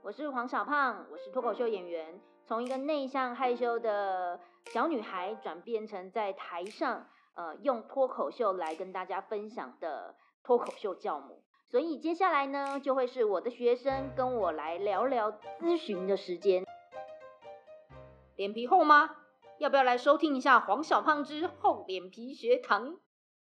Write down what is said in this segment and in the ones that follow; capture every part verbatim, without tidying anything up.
我是黄小胖，我是脱口秀演员，从一个内向害羞的小女孩转变成在台上呃用脱口秀来跟大家分享的脱口秀教母。所以接下来呢，就会是我的学生跟我来聊聊咨询的时间。脸皮厚吗？要不要来收听一下黄小胖之厚脸皮学堂？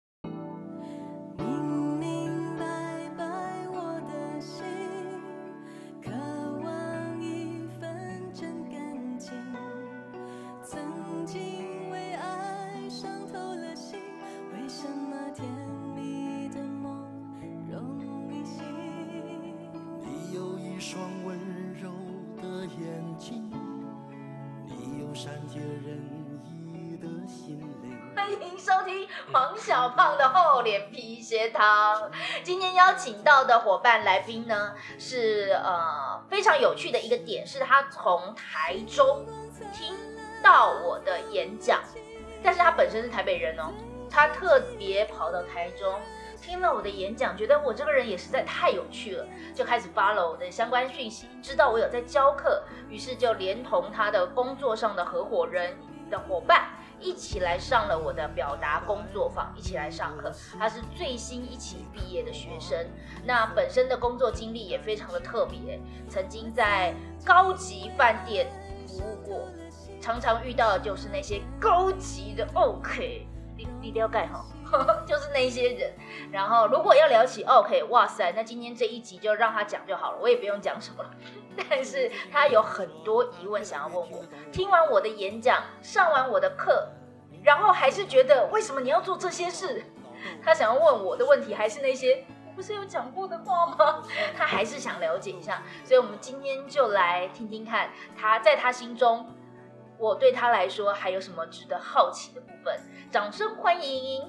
欢迎收听黄小胖的厚脸皮学堂。今天邀请到的伙伴来宾呢，是呃非常有趣的一个点，是他从台中听到我的演讲，但是他本身是台北人哦，他特别跑到台中听了我的演讲，觉得我这个人也实在太有趣了，就开始 follow 我的相关讯息，知道我有在教课，于是就连同他的工作上的合伙人的伙伴一起来上了我的表达工作坊，一起来上课。他是最新一期毕业的学生，那本身的工作经历也非常的特别，曾经在高级饭店服务过，常常遇到的就是那些高级的 OK， 你, 你了解齁？就是那些人。然后如果要聊起 OK， 哇塞，那今天这一集就让他讲就好了，我也不用讲什么了。但是他有很多疑问想要问我，听完我的演讲，上完我的课，然后还是觉得为什么你要做这些事？他想要问我的问题还是那些我不是有讲过的话吗？他还是想了解一下，所以我们今天就来听听看他在他心中，我对他来说还有什么值得好奇的部分。掌声欢迎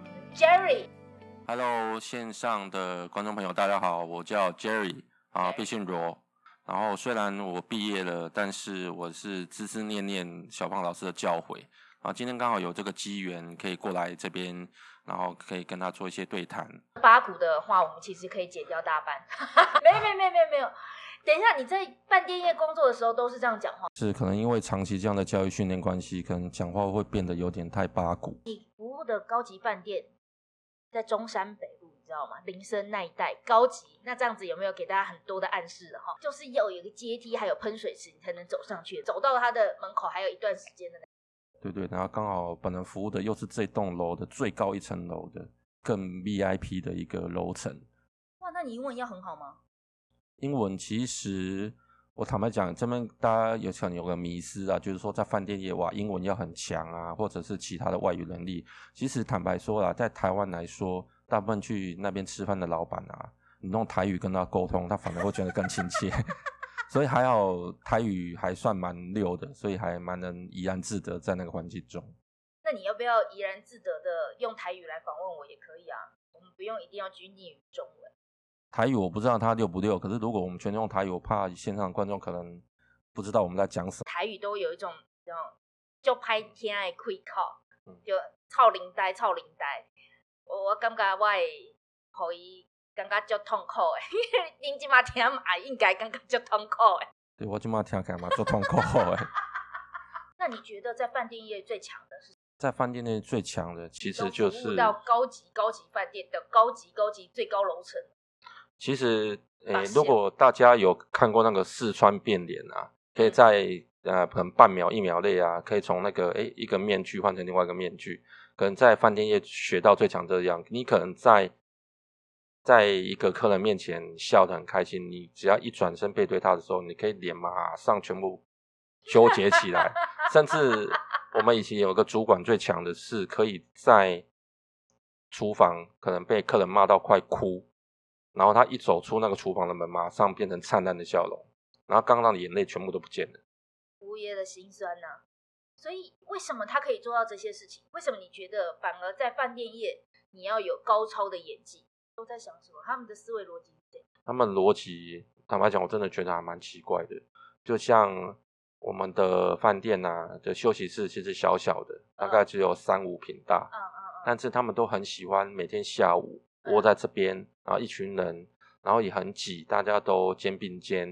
Jerry。Hello， 线上的观众朋友，大家好，我叫 Jerry 啊，毕信罗。然后虽然我毕业了，但是我是孜孜念念小胖老师的教诲。然后今天刚好有这个机缘，可以过来这边，然后可以跟他做一些对谈。 八股的话，我们其实可以减掉大半。没有没有没有没有没有。等一下，你在饭店业工作的时候都是这样讲话？ 是，可能因为长期这样的教育训练关系，可能讲话会变得有点太八股。 你服务的高级饭店在中山北路，你知道吗？林森那一带高级，那这样子有没有给大家很多的暗示了哈？就是要有一个阶梯，还有喷水池，你才能走上去，走到他的门口还有一段时间的。 对对，然后刚好本人服务的又是这栋楼的最高一层楼的更 V I P 的一个楼层。 哇，那你英文要很好吗？ 英文其实我坦白讲，这边大家有可能有个迷思啊，就是说在饭店业哇，英文要很强啊，或者是其他的外语能力。其实坦白说啦，在台湾来说，大部分去那边吃饭的老板啊，你用台语跟他沟通，他反而会觉得更亲切。所以还好台语还算蛮溜的，所以还蛮能怡然自得在那个环境中。 那你要不要怡然自得的用台语来访问我也可以啊，我们不用一定要拘泥于中文。 台语我不知道它溜不溜，可是如果我们全用台语，我怕线上的观众可能不知道我们在讲什么。 台语都有一种这种就歹听的开口，就臭灵呆臭灵呆，我我感觉我会互伊感觉足痛苦的。恁即马听也应该感觉足痛苦的。 对，我即马听起来嘛足痛苦的。 那你觉得在饭店业最强的是？ 在饭店业最强的其实就是服务到高级高级饭店的高级高级最高楼层。 其实，诶，如果大家有看过那个四川变脸啊，可以在呃可能半秒一秒内啊，可以从那个诶一个面具换成另外一个面具。可能在饭店业学到最强这样，你可能在在一个客人面前笑得很开心，你只要一转身背对他的时候，你可以脸马上全部纠结起来。甚至我们以前有个主管最强的是，可以在厨房可能被客人骂到快哭。然后他一走出那个厨房的门，马上变成灿烂的笑容，然后刚刚的眼泪全部都不见了。 服务业的辛酸啊，所以为什么他可以做到这些事情？为什么你觉得反而在饭店业你要有高超的演技？都在想什么？他们的思维逻辑是怎样？ 他们逻辑，坦白讲，我真的觉得还蛮奇怪的。就像我们的饭店啊的休息室，其实小小的，大概只有三五坪大， 嗯嗯嗯， 但是他们都很喜欢每天下午窝在这边，然后一群人，然后也很挤，大家都肩并肩，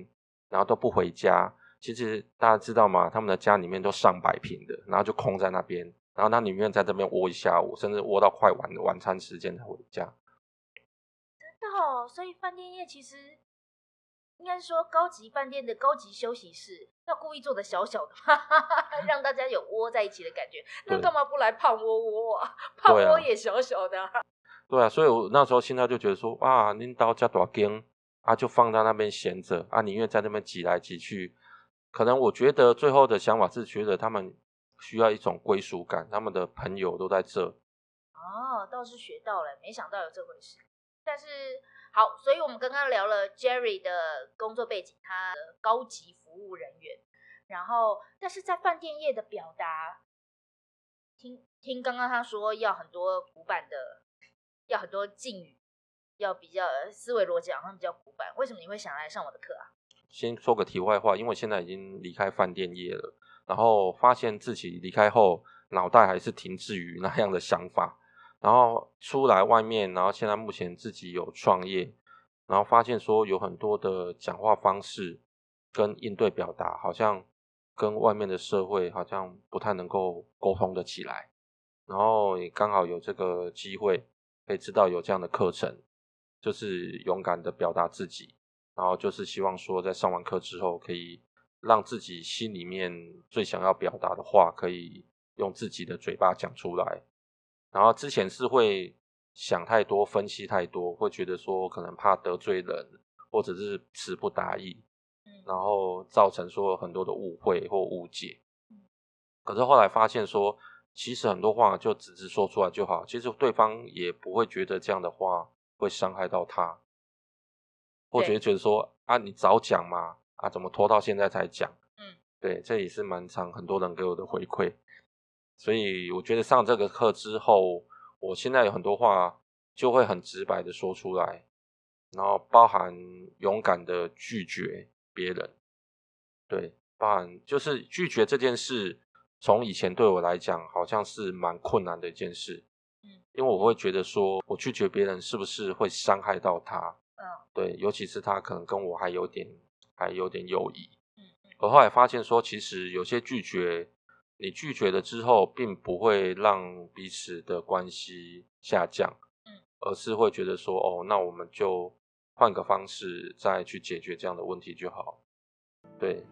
然后都不回家。其实大家知道吗？他们的家里面都上百坪的，然后就空在那边，然后他宁愿在这边窝一下午，甚至窝到快晚晚餐时间才回家。 真的哦，所以饭店业其实应该说高级饭店的高级休息室要故意做的小小的，让大家有窝在一起的感觉。那干嘛不来胖窝窝啊？胖窝也小小的、啊。 对啊，所以我那时候现在就觉得说，啊，恁兜这大间啊，就放在那边闲着啊，宁愿在那边挤来挤去。可能我觉得最后的想法是觉得他们需要一种归属感，他们的朋友都在这。 哦，倒是学到了，没想到有这回事。但是好，所以我们刚刚聊了 Jerry 的工作背景，他的高级服务人员，然后但是在饭店业的表达，听听刚刚他说要很多古板的，要很多敬语，要比较思维逻辑好像比较古板。为什么你会想来上我的课啊？ 先说个题外话，因为现在已经离开饭店业了，然后发现自己离开后脑袋还是停滞于那样的想法，然后出来外面，然后现在目前自己有创业，然后发现说有很多的讲话方式跟应对表达好像跟外面的社会好像不太能够沟通的起来，然后也刚好有这个机会可以知道有这样的课程，就是勇敢的表达自己，然后就是希望说在上完课之后可以让自己心里面最想要表达的话可以用自己的嘴巴讲出来。然后之前是会想太多，分析太多，会觉得说可能怕得罪人，或者是词不达意，然后造成说很多的误会或误解。可是后来发现说其实很多话就直直说出来就好，其实对方也不会觉得这样的话会伤害到他，或者觉得说啊你早讲嘛，啊怎么拖到现在才讲。嗯，对，这也是蛮常很多人给我的回馈。所以我觉得上这个课之后，我现在有很多话就会很直白的说出来，然后包含勇敢的拒绝别人。对，包含就是拒绝这件事，从以前对我来讲好像是蛮困难的一件事。嗯，因为我会觉得说我拒绝别人是不是会伤害到他。嗯，对，尤其是他可能跟我还有点还有点友谊。嗯，我后来发现说其实有些拒绝你拒绝了之后并不会让彼此的关系下降。嗯，而是会觉得说哦那我们就换个方式再去解决这样的问题就好。对，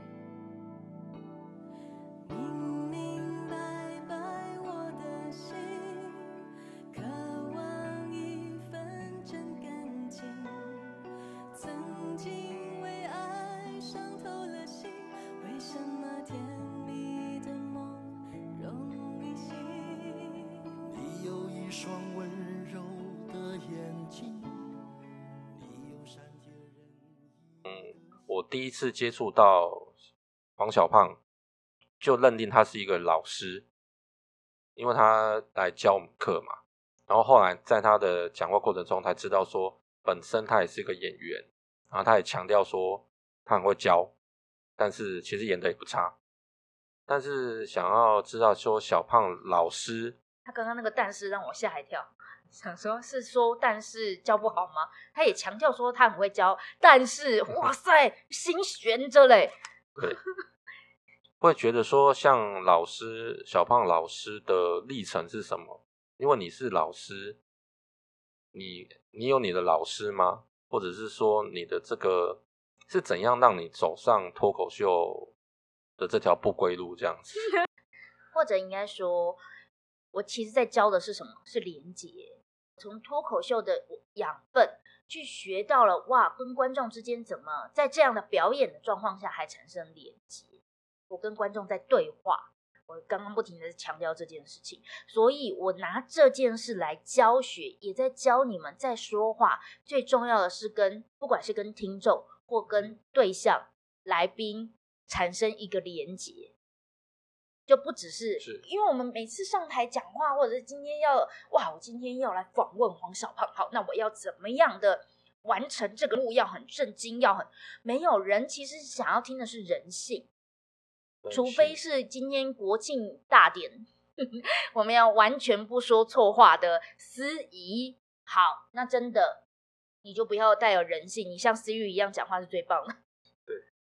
明明白白我的心，渴望一份真感情，曾经为爱伤透了心，为什么甜蜜的梦容易醒？你有一双温柔的眼睛，你有善解人意。我第一次接触到黄小胖就认定他是一个老师，因为他来教我们课嘛，然后后来在他的讲话过程中才知道说本身他也是一个演员，然后他也强调说他很会教，但是其实演的也不差。但是想要知道说小胖老师，他刚刚那个但是让我吓一跳，想说是说但是教不好吗？他也强调说他很会教，但是哇塞心悬着嘞。对，会觉得说像老师小胖老师的历程是什么？因为你是老师，你你有你的老师吗？或者是说你的这个是怎样让你走上脱口秀的这条不归路这样子？或者应该说我其实在教的是什么？是连结，从脱口秀的养分去学到了哇跟观众之间怎么在这样的表演的状况下还产生连结，我跟观众在对话，我刚刚不停的强调这件事情，所以我拿这件事来教学，也在教你们在说话最重要的是跟不管是跟听众或跟对象来宾产生一个连结，就不只是因为我们每次上台讲话，或者是今天要哇我今天要来访问黄小胖，好那我要怎么样的完成这个任务，要很震惊，要很没有人其实想要听的是人性，除非是今天国庆大典我们要完全不说错话的司仪，好那真的你就不要带有人性，你像思玉一样讲话是最棒的。对，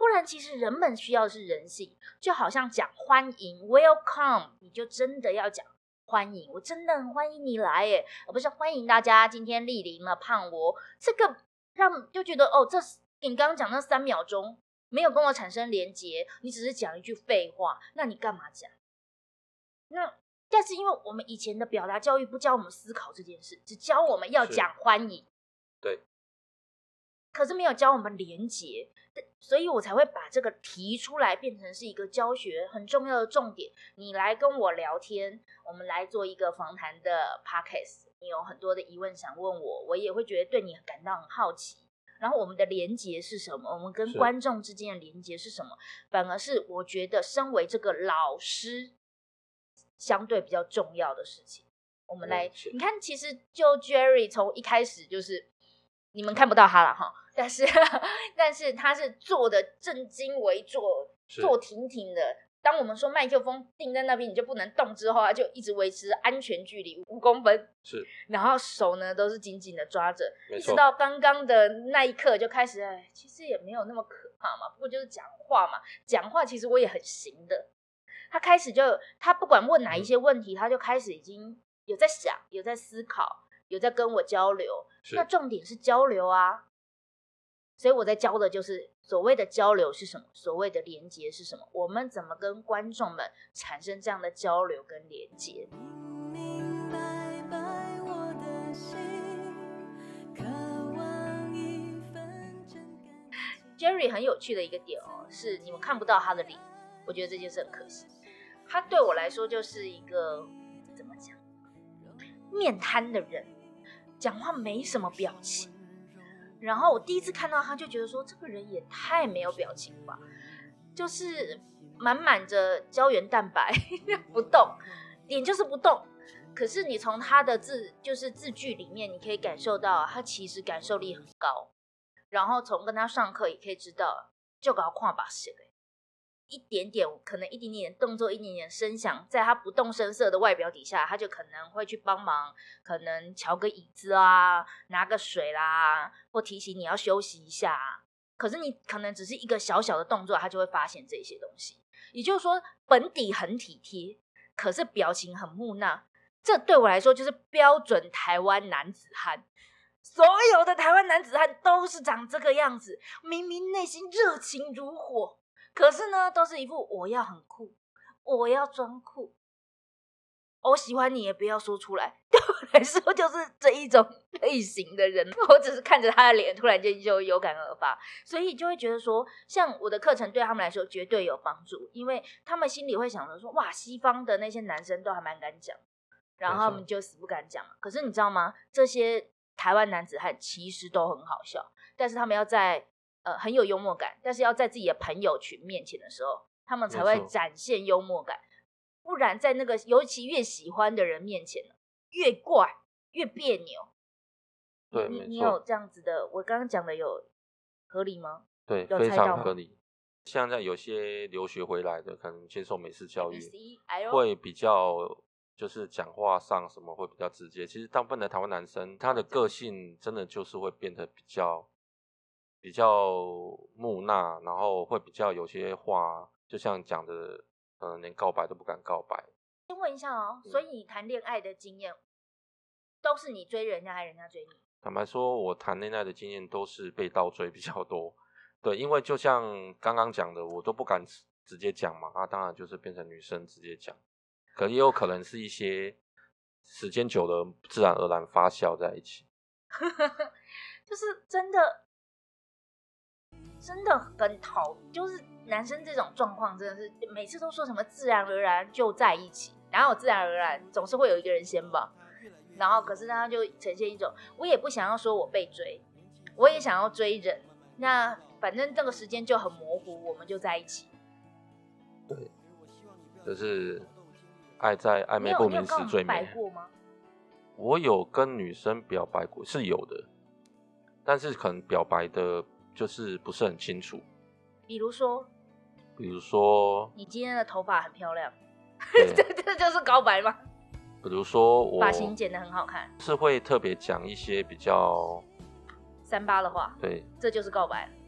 不然其实人们需要的是人性，就好像讲欢迎 welcome， 你就真的要讲欢迎，我真的很欢迎你来耶，而不是欢迎大家今天莅临了胖我，这个让就觉得哦，这你刚刚讲那三秒钟没有跟我产生连结，你只是讲一句废话，那你干嘛讲？那但是因为我们以前的表达教育不教我们思考这件事，只教我们要讲欢迎， 对， 可是没有教我们连结，所以我才会把这个提出来，变成是一个教学很重要的重点。你来跟我聊天，我们来做一个访谈的 podcast， 你有很多的疑问想问我，我也会觉得对你感到很好奇。然后我们的连结是什么？我们跟观众之间的连结是什么？反而是我觉得身为这个老师相对比较重要的事情。我们来，你看，其实就 Jerry 从一开始就是你们看不到他了哈，但是但是他是做的正襟危坐，坐挺挺的。当我们说麦克风定在那边你就不能动之后，他就一直维持安全距离五公分， 是， 然后手呢都是紧紧的抓着，一直到刚刚的那一刻就开始，哎，其实也没有那么可怕嘛，不过就是讲话嘛，讲话其实我也很行的。他开始就他不管问哪一些问题，嗯、他就开始已经有在想，有在思考，有在跟我交流。那重点是交流啊，所以我在教的就是所谓的交流是什么，所谓的连结是什么，我们怎么跟观众们产生这样的交流跟连结。Jerry 很有趣的一个点哦，是你们看不到他的脸，我觉得这件事很可惜。他对我来说就是一个怎么讲，面瘫的人，讲话没什么表情。然后我第一次看到他就觉得说，这个人也太没有表情吧，就是满满着胶原蛋白不动，脸就是不动。可是你从他的字就是字句里面，你可以感受到他其实感受力很高。然后从跟他上课也可以知道，就搞看把戏嘞，一点点可能一点点动作，一点点声响，在他不动声色的外表底下，他就可能会去帮忙，可能瞧个椅子啊，拿个水啦，或提醒你要休息一下啊。可是你可能只是一个小小的动作，他就会发现这些东西。也就是说，本底很体贴，可是表情很木讷。这对我来说就是标准台湾男子汉。所有的台湾男子汉都是长这个样子，明明内心热情如火，可是呢，都是一副我要很酷，我要装酷，我喜欢你也不要说出来。对我来说，就是这一种类型的人。我只是看着他的脸，突然间就有感而发，所以就会觉得说，像我的课程对他们来说绝对有帮助，因为他们心里会想着说，哇，西方的那些男生都还蛮敢讲，然后他们就死不敢讲。可是你知道吗？这些台湾男子汉其实都很好笑，但是他们要在呃很有幽默感，但是要在自己的朋友群面前的时候，他们才会展现幽默感。不然在那个尤其越喜欢的人面前，越怪越别扭。 对， 你你有这样子的，我刚刚讲的有合理吗？ 对，非常合理。像在有些留学回来的，可能接受美式教育，会比较。就是讲话上什么会比较直接，其实大部分的台湾男生他的个性真的就是会变得比较比较木讷，然后会比较有些话就像讲的可能连告白都不敢告白。 先问一下哦，所以你谈恋爱的经验都是你追人家还是人家追你？ 坦白说，我谈恋爱的经验都是被倒追比较多。对，因为就像刚刚讲的，我都不敢直接讲嘛，那、啊、当然就是变成女生直接讲。可也有可能是一些时间久了自然而然发酵在一起。 就是真的真的很讨，就是男生这种状况真的是每次都说什么自然而然就在一起，哪有自然而然，总是会有一个人先吧。然后可是他就呈现一种，我也不想要说我被追，我也想要追人，那反正这个时间就很模糊，我们就在一起。 对，就是爱在暧昧不明时最美。 你有, 你有跟我们白过吗？ 我有跟女生表白过，是有的，但是可能表白的就是不是很清楚。 比如说， 比如说， 你今天的头发很漂亮，这这就是告白吗？ 比如说我发型剪得很好看， 是会特别讲一些比较三八的话， 对， 这就是告白。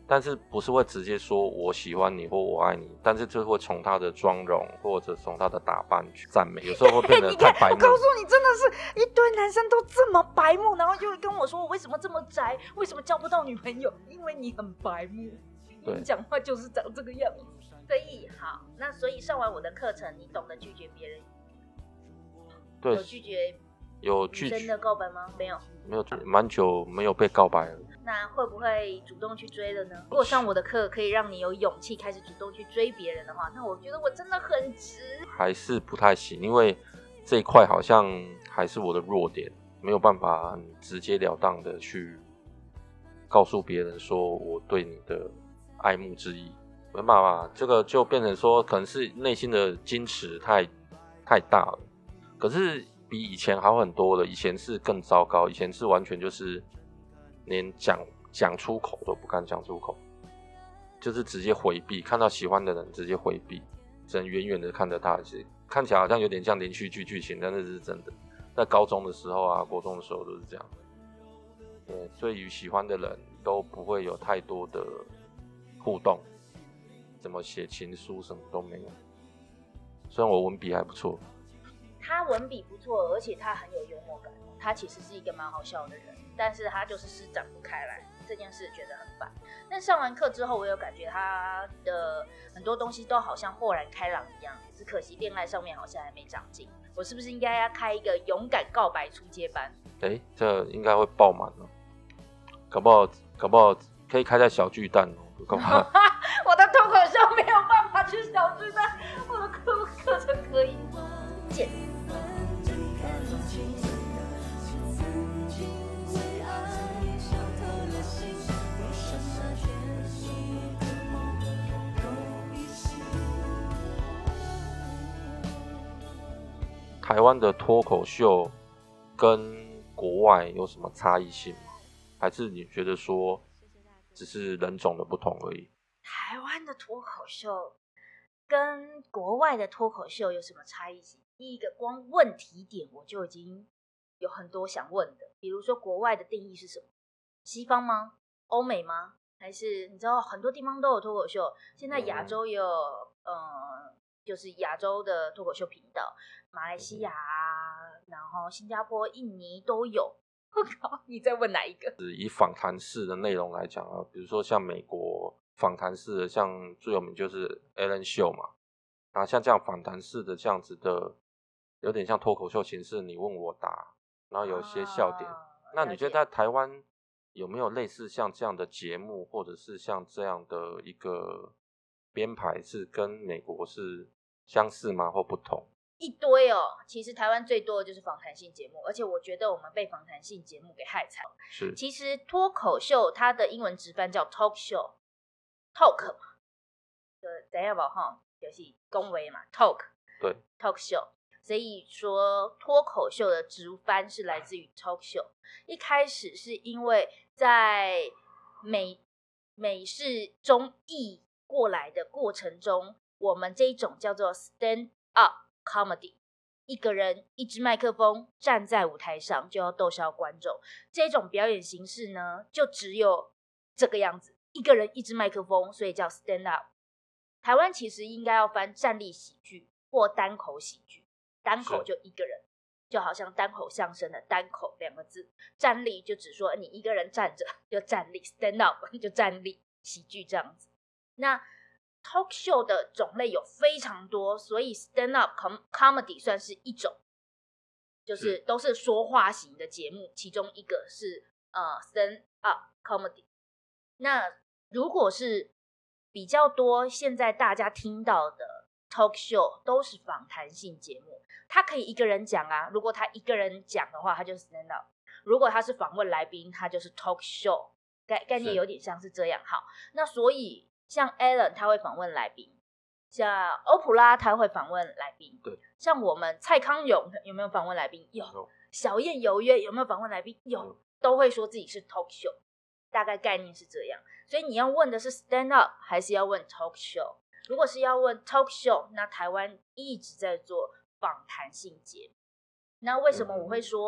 但是不是会直接说我喜欢你或我爱你，但是就会从他的妆容或者从他的打扮去赞美，有时候会变得太白目。 我告诉你，真的是一堆男生都这么白目，然后就会跟我说我为什么这么宅，为什么交不到女朋友，因为你很白目，你讲话就是长这个样子。所以好，那所以上完我的课程，你懂得拒绝别人？ 对， 有拒绝有拒绝女生的告白吗？没有， 没有，蛮久没有被告白了。 那会不会主动去追了呢？如果上我的课可以让你有勇气开始主动去追别人的话，那我觉得我真的很值。 还是不太行，因为这一块好像还是我的弱点，没有办法很直截了当的去告诉别人说我对你的爱慕之意。没办法，这个就变成说可能是内心的矜持太太大了。可是比以前好很多了，以前是更糟糕，以前是完全就是连讲讲出口都不敢讲出口，就是直接回避，看到喜欢的人直接回避，只能远远的看着他，看起来好像有点像连续剧剧情，但是是真的。在高中的时候啊，国中的时候都是这样。对，所以与喜欢的人都不会有太多的互动，怎么写情书什么都没有。虽然我文笔还不错。 他文笔不错，而且他很有幽默感，他其实是一个蛮好笑的人，但是他就是施展不开来，这件事觉得很烦。但上完课之后，我有感觉他的很多东西都好像豁然开朗一样，只可惜恋爱上面好像还没长进。我是不是应该要开一个勇敢告白初阶班？ 哎、欸，这应该会爆满哦，搞不好搞不好可以开在小巨蛋哦，搞不好。 我的脱口秀没有办法去小巨蛋，我的课课程可以见。 台湾的脱口秀跟国外有什么差异性吗？还是你觉得说只是人种的不同而已？ 台湾的脱口秀跟国外的脱口秀有什么差异性？第一个，光问题点我就已经有很多想问的，比如说国外的定义是什么？西方吗？欧美吗？还是你知道很多地方都有脱口秀，现在亚洲也有，嗯、呃，就是亚洲的脱口秀频道，马来西亚啊，然后新加坡、印尼都有。我靠，你在问哪一个？ 以访谈式的内容来讲啊，比如说像美国访谈式的，像最有名就是 Ellen Show 嘛，啊，像这样访谈式的这样子的，有点像脱口秀形式，你问我答，然后有一些笑点。啊、那你觉得在台湾有没有类似像这样的节目，或者是像这样的一个编排是跟美国是相似吗，或不同？ 一堆哦，其实台湾最多的就是访谈性节目，而且我觉得我们被访谈性节目给害惨。 是， 其实脱口秀它的英文直翻叫 talk show，talk 嘛，就等一下吧哈，就是恭维嘛 ，talk， 对 ，talk show。所以说脱口秀的直翻是来自于 talk show。一开始是因为在美美式中译过来的过程中，我们这一种叫做 stand up comedy， 一个人一支麦克风站在舞台上就要逗笑观众，这种表演形式呢就只有这个样子，一个人一支麦克风，所以叫 stand up。 台湾其实应该要翻站立喜剧或单口喜剧，单口就一个人，就好像单口相声的单口两个字，站立就只说你一个人站着就站立， stand up 就站立喜剧这样子。那talk show 的种类有非常多，所以 stand up comedy 算是一种，就是都是说话型的节目，其中一个是呃 stand up comedy。 那如果是比较多现在大家听到的 talk show 都是访谈性节目，他可以一个人讲啊，如果他一个人讲的话他就是 stand up， 如果他是访问来宾他就是 talk show， 概概念有点像是这样。好，那所以像 Alan 他会访问来宾，像欧普拉他会访问来宾， 对， 像我们蔡康永有没有访问来宾？有。有。小燕有约有没有访问来宾？有。有，都会说自己是 talk show， 大概概念是这样。所以你要问的是 stand up 还是要问 talk show？ 如果是要问 talk show， 那台湾一直在做访谈性节目。那为什么我会说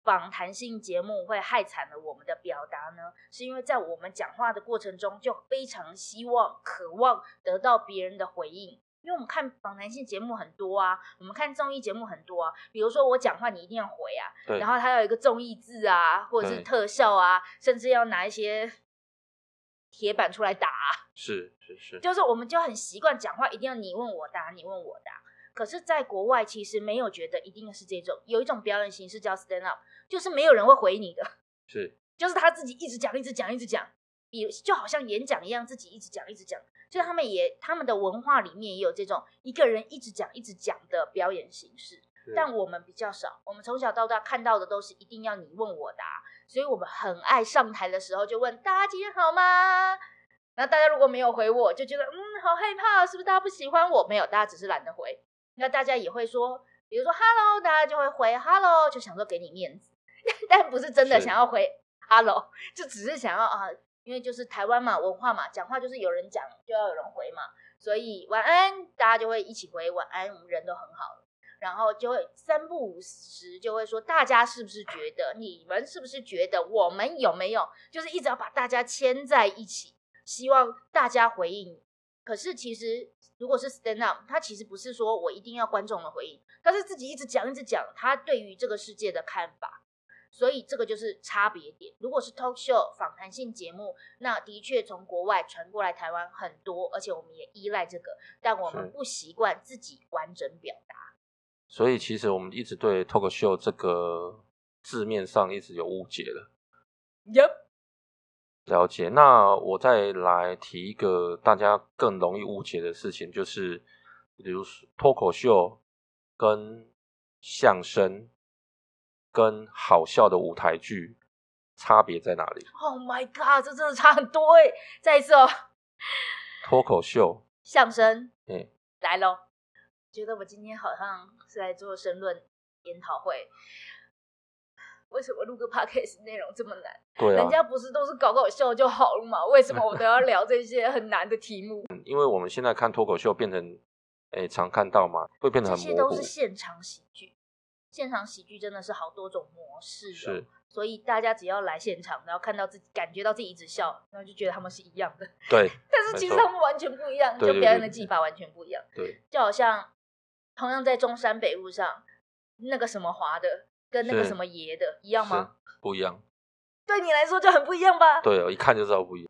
访谈性节目会害惨了我们的表达呢？是因为在我们讲话的过程中，就非常希望、渴望得到别人的回应。因为我们看访谈性节目很多啊，我们看综艺节目很多啊，比如说我讲话你一定要回啊，然后它有一个综艺字啊，或者是特效啊，甚至要拿一些铁板出来打啊， 是是是， 就是我们就很习惯讲话一定要你问我答，你问我答。可是在国外其实没有觉得一定是这种，有一种表演形式叫 stand up， 就是没有人会回你的， 是， 就是他自己一直讲一直讲一直讲，比就好像演讲一样，自己一直讲一直讲。就是他们也他们的文化里面也有这种一个人一直讲一直讲的表演形式，但我们比较少。我们从小到大看到的都是一定要你问我答，所以我们很爱上台的时候就问大家今天好吗？然后大家如果没有回我，就觉得嗯好害怕，是不是大家不喜欢我？没有，大家只是懒得回。那大家也会说，比如说 hello， 大家就会回 hello， 就想说给你面子，但不是真的想要回 hello， 就只是想要啊。因为就是台湾嘛，文化嘛，讲话就是有人讲就要有人回嘛，所以晚安大家就会一起回晚安，我们人都很好了，然后就会三不五时就会说大家是不是觉得，你们是不是觉得，我们有没有，就是一直要把大家牵在一起，希望大家回应你。可是其实如果是 stand up， 他其实不是说我一定要观众的回应，他是自己一直讲一直讲他对于这个世界的看法。所以这个就是差别点。如果是 talk show 访谈性节目，那的确从国外传过来台湾很多，而且我们也依赖这个，但我们不习惯自己完整表达。 所以其实我们一直对 talk show 这个字面上一直有误解了。 Yep。 了解。那我再来提一个大家更容易误解的事情，就是比如说脱口秀跟相声跟好笑的舞台剧差别在哪里？ Oh my god， 这真的差很多耶！再一次哦， 脱口秀、 相声， 嗯， 来咯。觉得我今天好像是来做申论研讨会，为什么录个 podcast 内容这么难？ 对啊， 人家不是都是搞搞笑就好了嘛？为什么我都要聊这些很难的题目？ 因为我们现在看脱口秀变成，诶，常看到嘛，会变得很模糊。 这些都是现场喜剧。现场喜剧真的是好多种模式， 是， 所以大家只要来现场，然后看到自己，感觉到自己一直笑，然后就觉得他们是一样的。 对， 但是其实他们完全不一样，就表演的技法完全不一样。 对， 就好像同样在中山北路上，那个什么华的跟那个什么爷的一样吗？ 不一样。 对你来说就很不一样吧？ 对，我一看就知道不一样。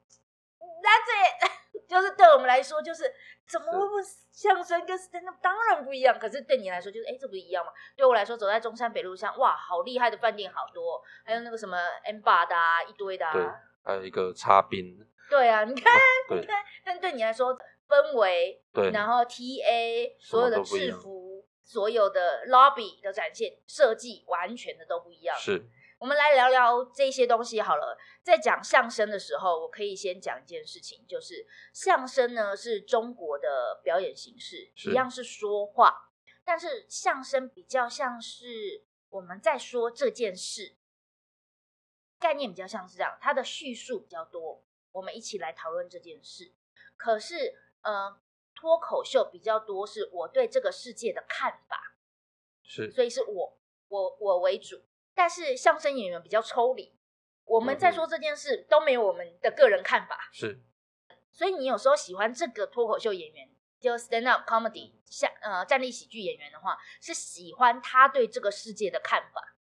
That's it。就是对我们来说，就是怎么会不相声跟 stand up 当然不一样，可是对你来说就是哎，这不是一样吗？对我来说，走在中山北路上，哇，好厉害的饭店好多，还有那个什么 M 八的啊，一堆的啊， 对，还有一个插冰。 对啊，你看， 哦、 你看，但对你来说，氛围， 对， 然后 T A 所有的制服，所有的 lobby 的展现设计，完全的都不一样。 是。我们来聊聊这些东西好了。在讲相声的时候，我可以先讲一件事情，就是相声呢是中国的表演形式，一样是说话，但是相声比较像是我们在说这件事，概念比较像是这样，它的叙述比较多，我们一起来讨论这件事。可是呃，脱口秀比较多是我对这个世界的看法， 是， 所以是我我我为主。但是相声演员比较抽离，我们在说这件事都没有我们的个人看法， 是。 所以你有时候喜欢这个脱口秀演员，就 stand up comedy 像呃站立喜剧演员的话，是喜欢他对这个世界的看法。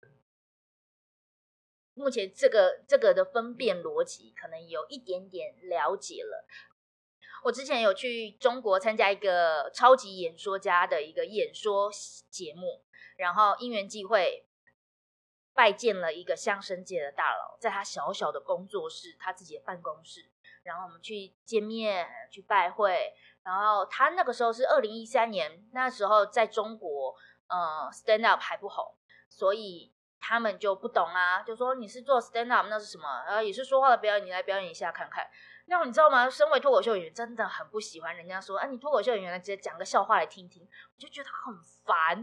目前这个这个的分辨逻辑可能有一点点了解了。我之前有去中国参加一个超级演说家的一个演说节目，然后因缘际会拜见了一个相声界的大佬，在他小小的工作室，他自己的办公室，然后我们去见面去拜会，然后他那个时候是二零一三年，那时候在中国呃 stand up 还不红，所以他们就不懂啊，就说你是做 stand up 那是什么，然后也是说话的表演，你来表演一下看看。那你知道吗，身为脱口秀演员真的很不喜欢人家说啊，你脱口秀演员来直接讲个笑话来听听，我就觉得很烦。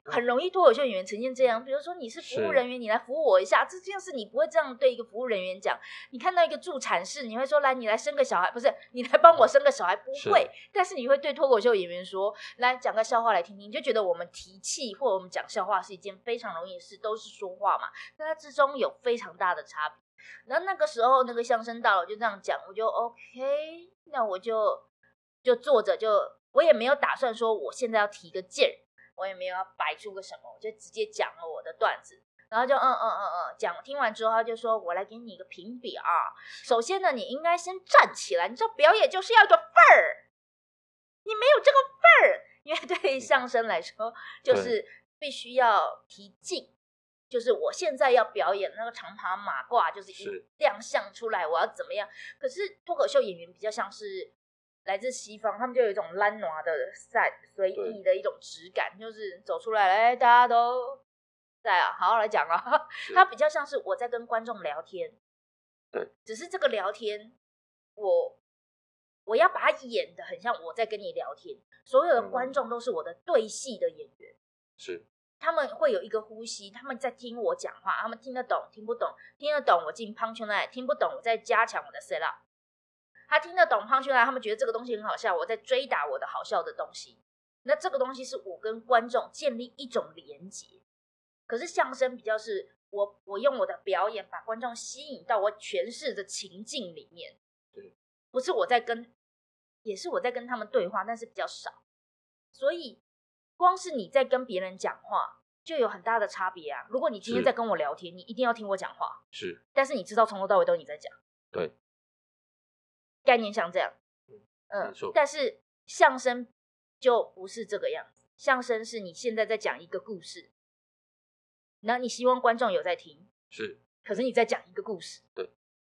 很容易脱口秀演员呈现这样，比如说你是服务人员，你来服务我一下，这件事你不会这样对一个服务人员讲。你看到一个助产士，你会说来你来生个小孩，不是你来帮我生个小孩，不会。但是你会对脱口秀演员说来讲个笑话来听听，你就觉得我们提气或者我们讲笑话是一件非常容易的事，都是说话嘛，但它之中有非常大的差别。然后那个时候那个相声到了，我就这样讲，我就 OK， 那我就就坐着，就我也没有打算说我现在要提个劲儿，我也没有要摆出个什么，我就直接讲了我的段子，然后就嗯嗯嗯嗯讲，听完之后他就说我来给你一个评比啊，首先呢你应该先站起来，你知道表演就是要有个范儿，你没有这个范儿，因为对相声来说就是必须要提劲，就是我现在要表演那个长爬马褂，就是一亮相出来我要怎么样。可是脱口秀演员比较像是来自西方，他们就有一种懒惰的随意的一种质感，就是走出来哎，大家都在啊，好好来讲啊。他比较像是我在跟观众聊天， 对， 只是这个聊天我我要把它演得很像我在跟你聊天，所有的观众都是我的对戏的演员， 是他们会有一个呼吸，他们在听我讲话，他们听得懂听不懂，听得懂我进 punchline， 听不懂我在加强我的 set up。他听得懂 punchline， 他们觉得这个东西很好笑，我在追打我的好笑的东西。那这个东西是我跟观众建立一种连结。可是相声比较是我我用我的表演把观众吸引到我诠释的情境里面， 对， 不是我在跟，也是我在跟他们对话，但是比较少。所以光是你在跟别人讲话就有很大的差别啊。如果你今天在跟我聊天，你一定要听我讲话， 是， 但是你知道从头到尾都你在讲， 对， 概念像这样，嗯，但是相声就不是这个样子。相声是你现在在讲一个故事，然后你希望观众有在听， 是， 可是你在讲一个故事， 对，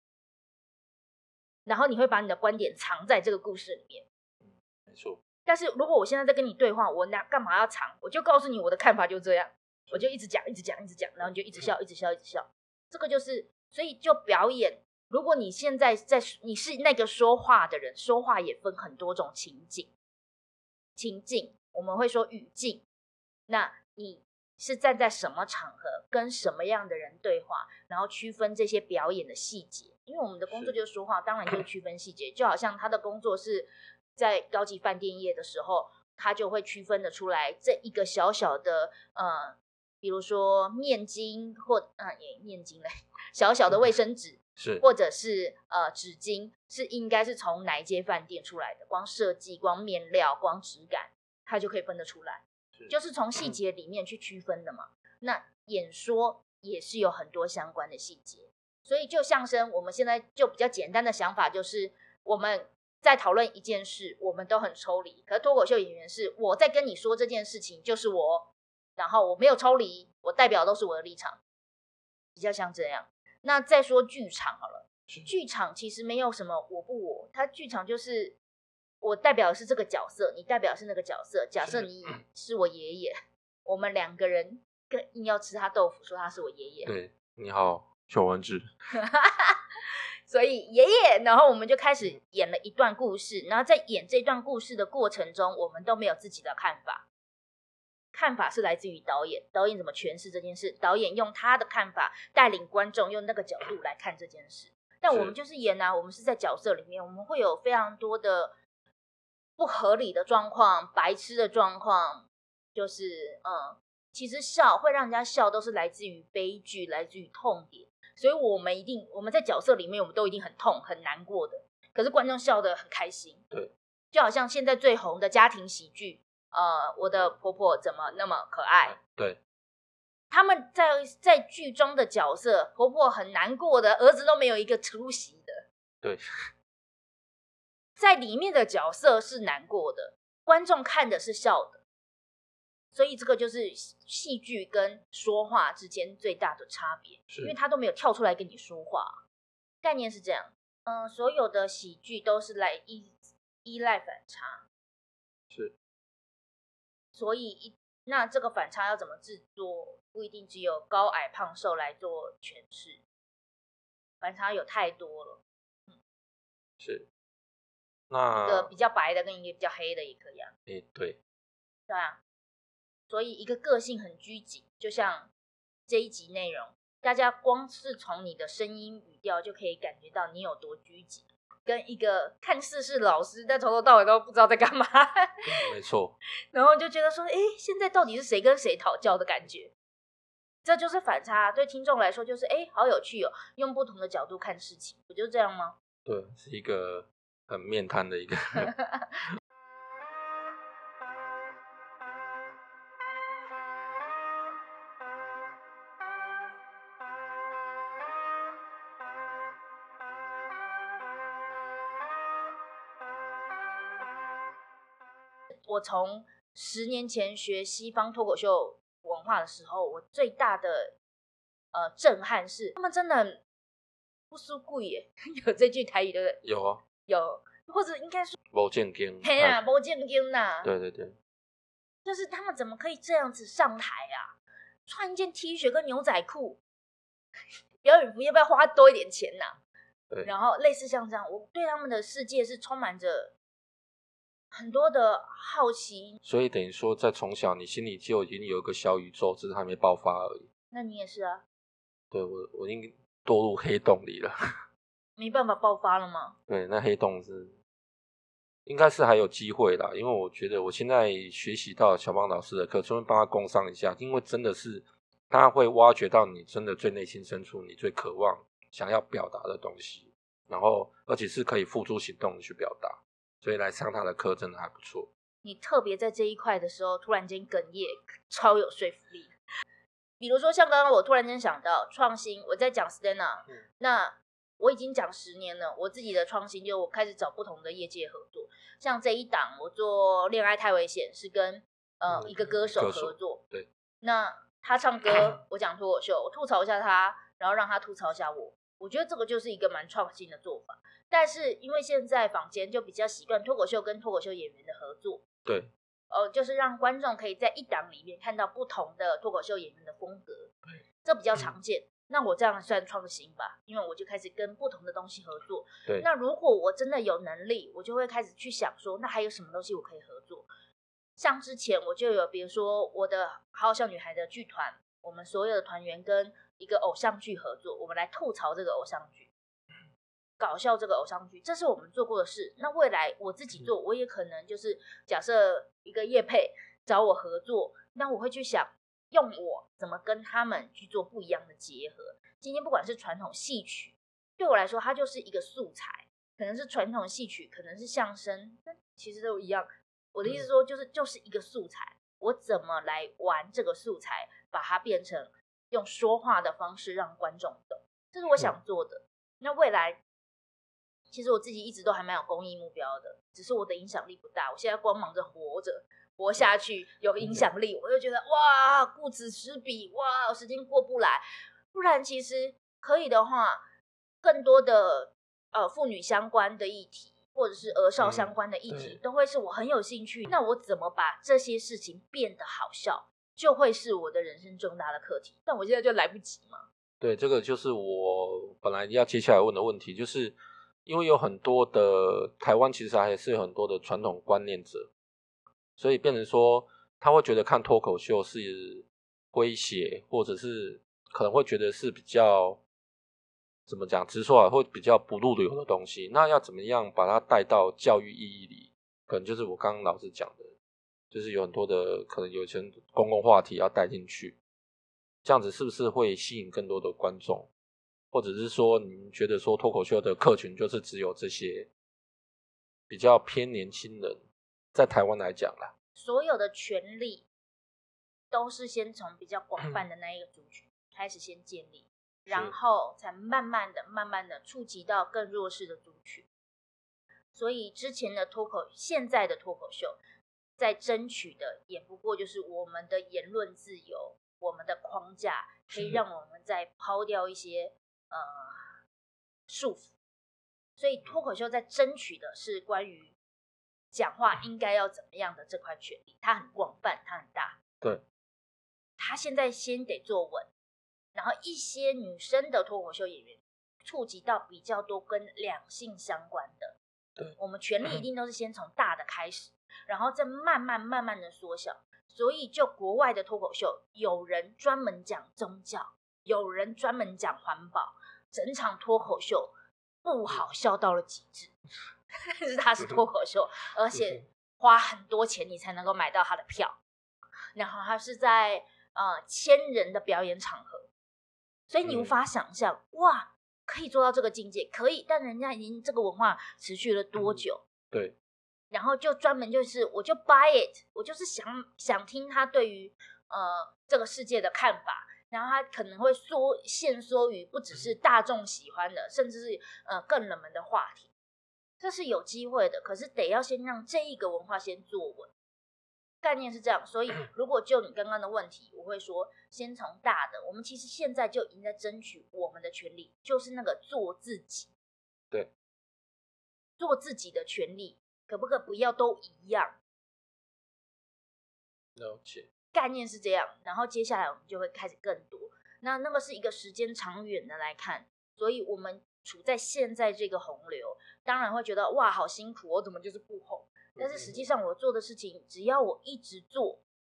然后你会把你的观点藏在这个故事里面， 嗯，没错。 但是如果我现在在跟你对话，我拿干嘛要藏？我就告诉你我的看法就这样，我就一直讲一直讲一直讲，然后你就一直笑一直笑一直笑。这个就是，所以就表演，如果你现在在你是那个说话的人，说话也分很多种情景，情境我们会说语境，那你是站在什么场合跟什么样的人对话，然后区分这些表演的细节。因为我们的工作就是说话，当然就是区分细节，就好像他的工作是在高级饭店业的时候，他就会区分的出来这一个小小的呃，比如说面巾或呃也面巾嘞，小小的卫生纸， 是或者是呃纸巾，是应该是从哪一间饭店出来的，光设计、光面料、光质感，它就可以分得出来，是就是从细节里面去区分的嘛。那演说也是有很多相关的细节，所以就相声，我们现在就比较简单的想法就是我们在讨论一件事，我们都很抽离。可是脱口秀演员是我在跟你说这件事情就是我，然后我没有抽离，我代表都是我的立场，比较像这样。那再说剧场好了，剧场其实没有什么我不我，它剧场就是我代表的是这个角色，你代表的是那个角色。假设你是我爷爷，我们两个人更硬要吃他豆腐，说他是我爷爷。 对，你好，邱文志。 所以爷爷，然后我们就开始演了一段故事，然后在演这段故事的过程中，我们都没有自己的看法，看法是来自于导演，导演怎么诠释这件事，导演用他的看法带领观众用那个角度来看这件事。但我们就是演啊，我们是在角色里面，我们会有非常多的不合理的状况，白痴的状况，就是嗯，其实笑会让人家笑都是来自于悲剧，来自于痛点。所以我们一定我们在角色里面我们都一定很痛很难过的，可是观众笑得很开心。 对， 就好像现在最红的家庭喜剧，呃，我的婆婆怎么那么可爱。 对， 他们在在剧中的角色，婆婆很难过的，儿子都没有一个出席的。 对， 在里面的角色是难过的，观众看的是笑的。所以这个就是戏剧跟说话之间最大的差别，因为他都没有跳出来跟你说话。概念是这样，嗯，所有的喜剧都是来依依赖反差， 是。 所以一那这个反差要怎么制作，不一定只有高矮胖瘦来做诠释，反差有太多了。嗯， 是。那一个比较白的跟一个比较黑的也可以啊。 诶，对， 对啊。 所以一个个性很拘谨，就像这一集内容，大家光是从你的声音语调就可以感觉到你有多拘谨，跟一个看似是老师但从头到尾都不知道在干嘛没错， 然后就觉得说诶，现在到底是谁跟谁讨教的感觉，这就是反差，对听众来说就是诶，好有趣哦，用不同的角度看事情，不就这样吗？ 对，是一个很面瘫的一个我从十年前学西方脱口秀文化的时候，我最大的呃震撼是，他们真的很不输贵耶，有这句台语对不对？ 有啊， 有，或者应该说没正经， 嘿啊，没正经呐。 对对对， 就是他们怎么可以这样子上台啊？穿一件 T 恤跟牛仔裤，表演服要不要花多一点钱呐、啊？ 对， 然后类似像这样，我对他们的世界是充满着很多的好奇。 所以等于说，在从小你心里就已经有一个小宇宙，只是还没爆发而已。 那你也是啊？ 对，我我已经堕入黑洞里了， 没办法爆发了吗？ 对，那黑洞是应该是还有机会啦，因为我觉得我现在学习到小邦老师的课，顺便帮他工商一下，因为真的是他会挖掘到你真的最内心深处，你最渴望想要表达的东西，然后而且是可以付诸行动的去表达，所以来上他的课真的还不错。 你特别在这一块的时候突然间哽咽，超有说服力。比如说像刚刚我突然间想到创新，我在讲 stand up、嗯、那我已经讲十年了，我自己的创新就我开始找不同的业界合作，像这一档我做恋爱太危险是跟呃、嗯、一个歌手合作， 对， 那他唱歌我讲脱口秀，我吐槽一下他，然后让他吐槽一下我，我觉得这个就是一个蛮创新的做法。但是因为现在坊间就比较习惯脱口秀跟脱口秀演员的合作， 对， 呃，就是让观众可以在一档里面看到不同的脱口秀演员的风格，这比较常见。嗯，那我这样算创新吧，因为我就开始跟不同的东西合作。 对， 那如果我真的有能力，我就会开始去想说，那还有什么东西我可以合作？像之前我就有，比如说我的好好笑女孩的剧团，我们所有的团员跟一个偶像剧合作，我们来吐槽这个偶像剧，搞笑这个偶像剧，这是我们做过的事。那未来我自己做，我也可能就是假设一个业配找我合作，那我会去想用我怎么跟他们去做不一样的结合。今天不管是传统戏曲，对我来说它就是一个素材，可能是传统戏曲，可能是相声，其实都一样。我的意思说就是就是一个素材，我怎么来玩这个素材，把它变成用说话的方式让观众懂，这是我想做的。那未来其实我自己一直都还蛮有公益目标的，只是我的影响力不大。我现在光忙着活着，活下去，有影响力，我就觉得哇，顾此失彼，哇，时间过不来。不然其实可以的话，更多的呃妇女相关的议题，或者是儿少相关的议题，嗯，都会是我很有兴趣。那我怎么把这些事情变得好笑，就会是我的人生重大的课题。但我现在就来不及嘛。 对，这个就是我本来要接下来问的问题，就是因为有很多的台湾其实还是有很多的传统观念者，所以变成说他会觉得看脱口秀是诙谐，或者是可能会觉得是比较怎么讲，直说啊，会比较不入流的东西。那要怎么样把它带到教育意义里？可能就是我刚刚老师讲的，就是有很多的可能有些公共话题要带进去，这样子是不是会吸引更多的观众？或者是说您觉得说脱口秀的客群就是只有这些比较偏年轻人，在台湾来讲啦， 所有的权利都是先从比较广泛的那一个族群开始先建立，然后才慢慢的慢慢的触及到更弱势的族群。所以之前的脱口现在的脱口秀在争取的也不过就是我们的言论自由，我们的框架可以让我们再抛掉一些呃束缚。所以脱口秀在争取的是关于讲话应该要怎么样的这块权利，它很广泛，它很大。 对， 它现在先得坐稳，然后一些女生的脱口秀演员触及到比较多跟两性相关的， 对， 我们权利一定都是先从大的开始，然后再慢慢慢慢的缩小。 所以就国外的脱口秀，有人专门讲宗教，有人专门讲环保，整场脱口秀不好笑到了极致。但是它是脱口秀，而且花很多钱你才能够买到他的票，然后他是在呃千人的表演场合，所以你无法想象、嗯、哇可以做到这个境界，可以，但人家已经这个文化持续了多久、 嗯、对， 然后就专门就是我就 buy it， 我就是想想听他对于呃这个世界的看法，然后他可能会缩限缩于不只是大众喜欢的，甚至是呃更冷门的话题，这是有机会的，可是得要先让这一个文化先坐稳，概念是这样。所以如果就你刚刚的问题，我会说先从大的，我们其实现在就已经在争取我们的权利，就是那个做自己， 对， 做自己的权利可不可以不要都一样， 了解， 概念是这样。然后接下来我们就会开始更多，那那个是一个时间长远的来看，所以我们处在现在这个洪流，当然会觉得哇好辛苦，我怎么就是不红，但是实际上我做的事情只要我一直做，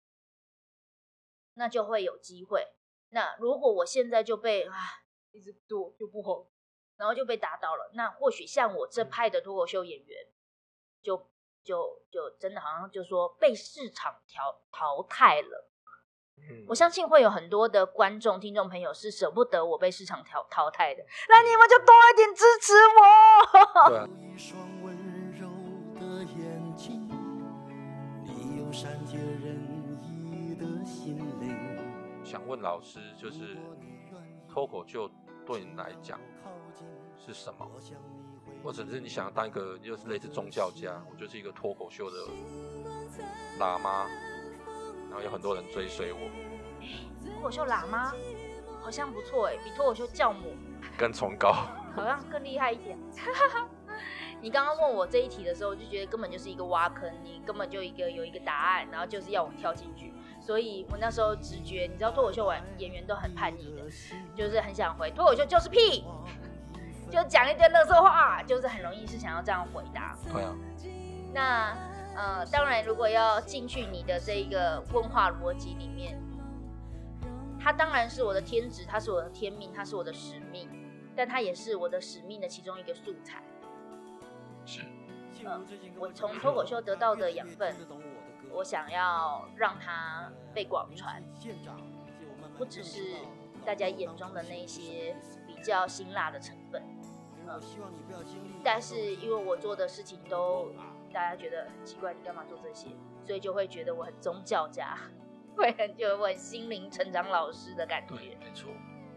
那就会有机会。那如果我现在就被啊一直做就不红，然后就被打倒了，那或许像我这派的脱口秀演员就就就真的好像就说被市场淘淘汰了。嗯、我相信会有很多的观众听众朋友是舍不得我被市场淘淘汰的，那你们就多一点支持我。 对啊， 一双温柔的眼睛，你有善解人意的心灵。 想问老师，就是脱口秀对你来讲是什么？或者是你想要当一个就是类似宗教家，我就是一个脱口秀的喇嘛，然后有很多人追随我。 脱口秀喇嘛好像不错哎，比脱口秀教母更崇高， 好像更厉害一点。你刚刚问我这一题的时候，我就觉得根本就是一个挖坑，你根本就一个有一个答案，然后就是要我跳进去。所以我那时候直觉，你知道脱口秀演员都很叛逆的，就是很想回脱口秀就是屁，就讲一堆垃圾话，就是很容易是想要这样回答。 对啊。 那呃，当然如果要进去你的这一个问话逻辑里面，它当然是我的天职，它是我的天命，它是我的使命，但它也是我的使命的其中一个素材。 是。 呃，我从脱口秀得到的养分，我想要让它被广传，不只是大家眼中的那些比较辛辣的成分。呃、但是因为我做的事情都大家觉得很奇怪，你干嘛做这些？所以就会觉得我很宗教家，会很觉得我很心灵成长老师的感觉。 对，没错。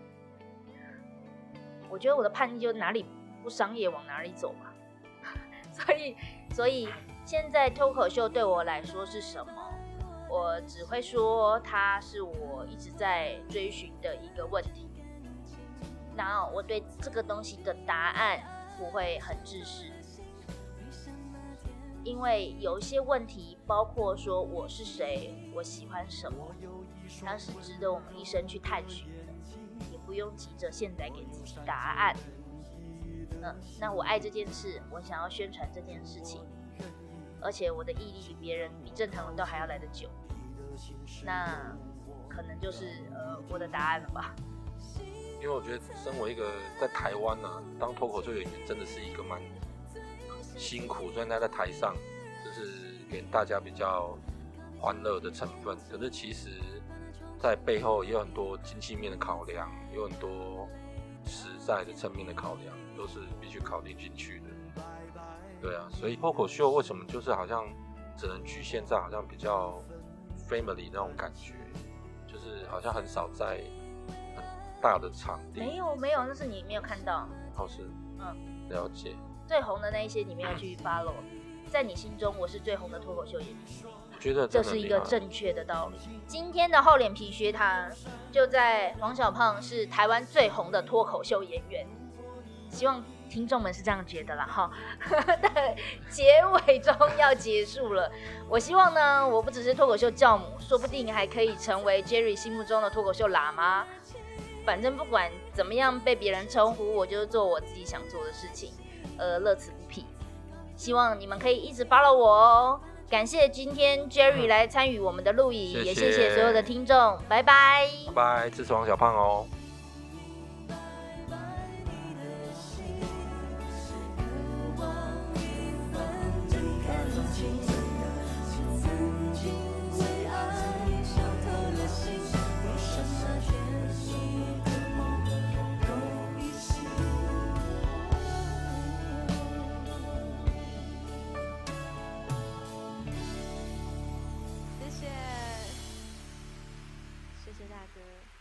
我觉得我的叛逆就哪里不商业往哪里走嘛。所以，所以现在脱口秀对我来说是什么？我只会说它是我一直在追寻的一个问题。然后我对这个东西的答案不会很自私，因为有一些问题，包括说我是谁，我喜欢什么，它是值得我们一生去探寻的，也不用急着现在给自己答案。嗯，那我爱这件事，我想要宣传这件事情，而且我的毅力比别人、比正常人都还要来得久，那可能就是呃我的答案了吧。 因为我觉得身为一个在台湾啊当脱口秀演员真的是一个蛮辛苦，虽然他在台上就是给大家比较欢乐的成分，可是其实在背后也有很多经济面的考量，有很多实在的层面的考量，都是必须考虑进去的。对啊，所以脱口秀为什么就是好像只能局限在好像比较 family 那种感觉，就是好像很少在很大的场地。 没有没有，那是你没有看到。 哦，是，嗯，了解。 最红的那一些你没有去 follow， 在你心中我是最红的脱口秀演员。 我觉得这是一个正确的道理。今天的厚脸皮学堂就在黄小胖是台湾最红的脱口秀演员，希望听众们是这样觉得啦哈。结尾中要结束了，我希望呢，我不只是脱口秀教母，说不定还可以成为 Jerry 心目中的脱口秀喇嘛。反正不管怎么样被别人称呼，我就是做我自己想做的事情，呃，乐此不疲。希望你们可以一直 follow 我哦。 感谢今天 Jerry 来参与我们的录影， 谢谢也谢谢所有的听众，拜拜， 拜拜，支持王小胖哦。 谢谢大哥。